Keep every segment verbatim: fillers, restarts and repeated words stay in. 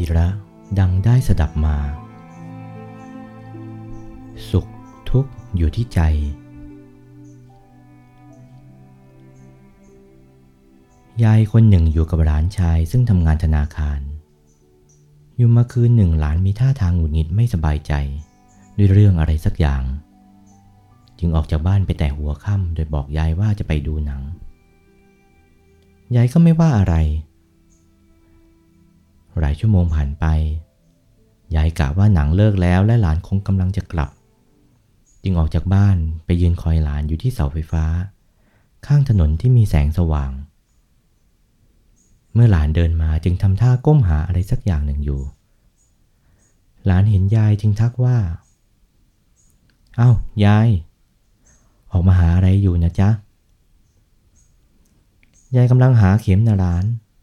ระดังได้สดับมาสุขทุกข์อยู่ที่ใจยายคนหนึ่งอยู่กับหลานชายซึ่งทำงานธนาคารอยู่มาคืนหนึ่งหลานมีท่าทางหงุดหงิดไม่สบายใจด้วยเรื่องอะไรสักอย่างจึงออกจากบ้านไปแต่หัวค่ำโดยบอกยายว่าจะไปดูหนังยายก็ไม่ว่าอะไรหลายชั่วโมงผ่านไปยายกะว่าหนังเลิกแล้วและหลานคงกำลังจะกลับจึงออกจากบ้านไปยืนคอยหลานอยู่ที่เสาไฟฟ้าข้างถนนที่มีแสงสว่างเมื่อหลานเดินมาจึงทำท่าก้มหาอะไรสักอย่างหนึ่งอยู่หลานเห็นยายจึงทักว่าเอ้ายายออกมาหาอะไรอยู่นะจ๊ะยายกำลังหาเข็มนะหลาน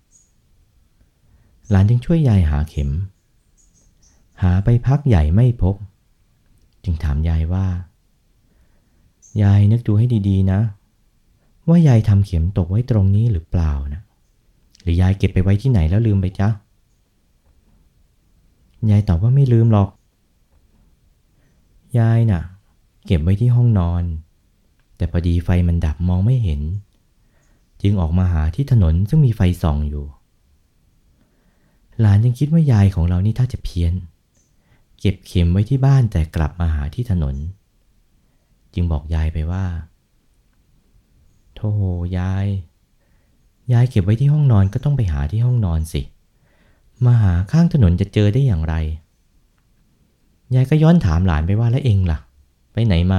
หลานจึงช่วยยายหาเข็มหาไปพักใหญ่ไม่พบจึงถามยายว่ายายนึกดูให้ดีๆนะว่ายายทำเข็มตกไว้ตรงนี้หรือเปล่านะหรือยายเก็บไปไว้ที่ไหนแล้วลืมไปจ๊ะยายตอบว่าไม่ลืมหรอกยายน่ะเก็บไว้ที่ห้องนอนแต่พอดีไฟมันดับมองไม่เห็นจึงออกมาหาที่ถนนซึ่งมีไฟส่องอยู่หลานยังคิดว่ายายของเรานี่ถ้าจะเพี้ยนเก็บเข็มไว้ที่บ้านแต่กลับมาหาที่ถนนจึงบอกยายไปว่าโธ่ยายยายเก็บไว้ที่ห้องนอนก็ต้องไปหาที่ห้องนอนสิมาหาข้างถนนจะเจอได้อย่างไรยายก็ย้อนถามหลานไปว่าแล้วเองล่ะไปไหนมา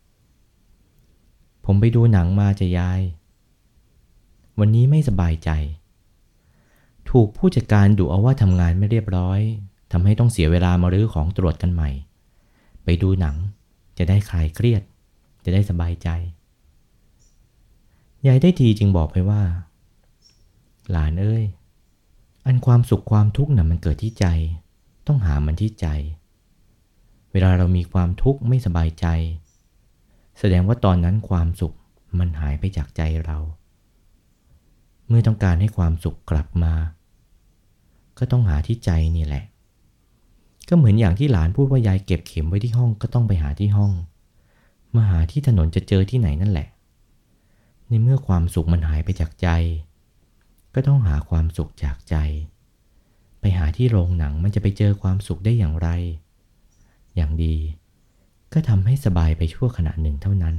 ผมไปดูหนังมาจะยายวันนี้ไม่สบายใจถูกผู้จัดการดุเอาว่าทำงานไม่เรียบร้อยทำให้ต้องเสียเวลามารื้อของตรวจกันใหม่ไปดูหนังจะได้คลายเครียดจะได้สบายใจยายได้ทีจึงบอกไปว่าหลานเอ้ยอันความสุขความทุกข์น่ะมันเกิดที่ใจต้องหามันที่ใจเวลาเรามีความทุกข์ไม่สบายใจแสดงว่าตอนนั้นความสุขมันหายไปจากใจเราเมื่อต้องการให้ความสุขกลับมาก็ต้องหาที่ใจนี่แหละก็เหมือนอย่างที่หลานพูดว่ายายเก็บเข็มไว้ที่ห้องก็ต้องไปหาที่ห้องมาหาที่ถนนจะเจอที่ไหนนั่นแหละในเมื่อความสุขมันหายไปจากใจก็ต้องหาความสุขจากใจไปหาที่โรงหนังมันจะไปเจอความสุขได้อย่างไรอย่างดีก็ทำให้สบายไปชั่วขณะหนึ่งเท่านั้น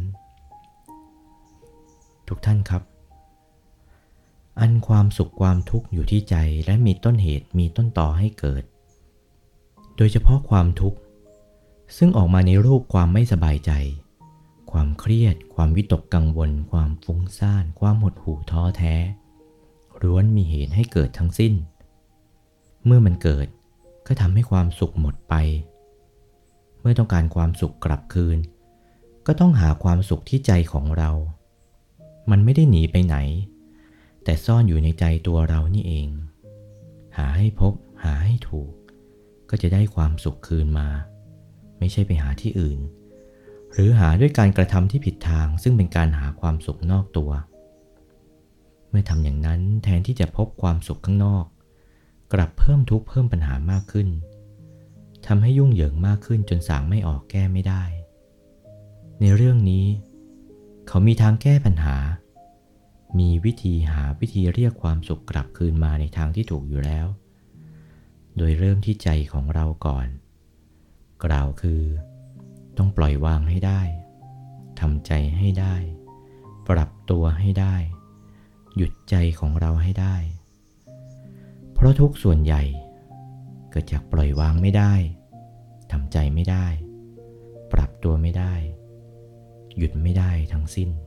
ทุกท่านครับอันความสุขความทุกข์อยู่ที่ใจและมีต้นเหตุมีต้นตอให้เกิดโดยเฉพาะความทุกข์ซึ่งออกมาในรูปความไม่สบายใจความเครียดความวิตกกังวลความฟุ้งซ่านความหดหู่ท้อแท้ล้วนมีเหตุให้เกิดทั้งสิ้นเมื่อมันเกิดก็ทำให้ความสุขหมดไปเมื่อต้องการความสุขกลับคืนก็ต้องหาความสุขที่ใจของเรามันไม่ได้หนีไปไหนแต่ซ่อนอยู่ในใจตัวเรานี่เองหาให้พบหาให้ถูกก็จะได้ความสุขคืนมาไม่ใช่ไปหาที่อื่นหรือหาด้วยการกระทำที่ผิดทางซึ่งเป็นการหาความสุขนอกตัวเมื่อทำอย่างนั้นแทนที่จะพบความสุขข้างนอกกลับเพิ่มทุกข์เพิ่มปัญหามากขึ้นทำให้ยุ่งเหยิงมากขึ้นจนสางไม่ออกแก้ไม่ได้ในเรื่องนี้เขามีทางแก้ปัญหามีวิธีหาวิธีเรียกความสุขกลับคืนมาในทางที่ถูกอยู่แล้วโดยเริ่มที่ใจของเราก่อนกล่าวคือต้องปล่อยวางให้ได้ทำใจให้ได้ปรับตัวให้ได้หยุดใจของเราให้ได้เพราะทุกส่วนใหญ่เกิดจากปล่อยวางไม่ได้ทำใจไม่ได้ปรับตัวไม่ได้หยุดไม่ได้ทั้งสิ้น